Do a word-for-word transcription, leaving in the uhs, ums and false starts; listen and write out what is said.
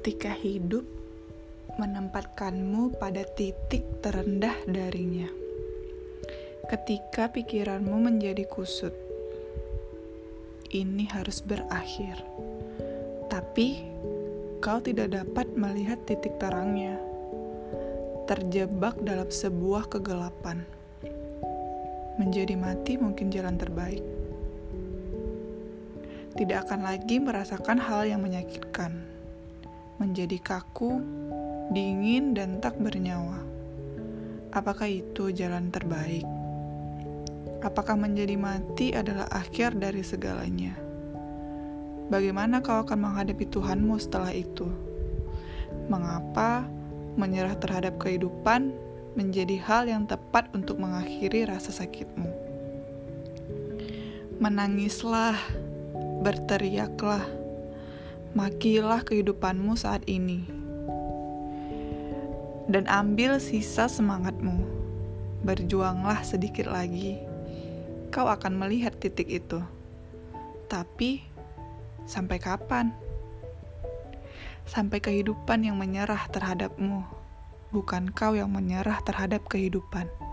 Ketika hidup menempatkanmu pada titik terendah darinya. Ketika pikiranmu menjadi kusut. Ini harus berakhir. Tapi kau tidak dapat melihat titik terangnya. Terjebak dalam sebuah kegelapan. Menjadi mati mungkin jalan terbaik. Tidak akan lagi merasakan hal yang menyakitkan. Menjadi kaku, dingin, dan tak bernyawa. Apakah itu jalan terbaik? Apakah menjadi mati adalah akhir dari segalanya? Bagaimana kau akan menghadapi Tuhanmu setelah itu? Mengapa menyerah terhadap kehidupan menjadi hal yang tepat untuk mengakhiri rasa sakitmu? Menangislah, berteriaklah, makilah kehidupanmu saat ini. Dan ambil sisa semangatmu. Berjuanglah sedikit lagi. Kau akan melihat titik itu. Tapi, sampai kapan? Sampai kehidupan yang menyerah terhadapmu, bukan kau yang menyerah terhadap kehidupan.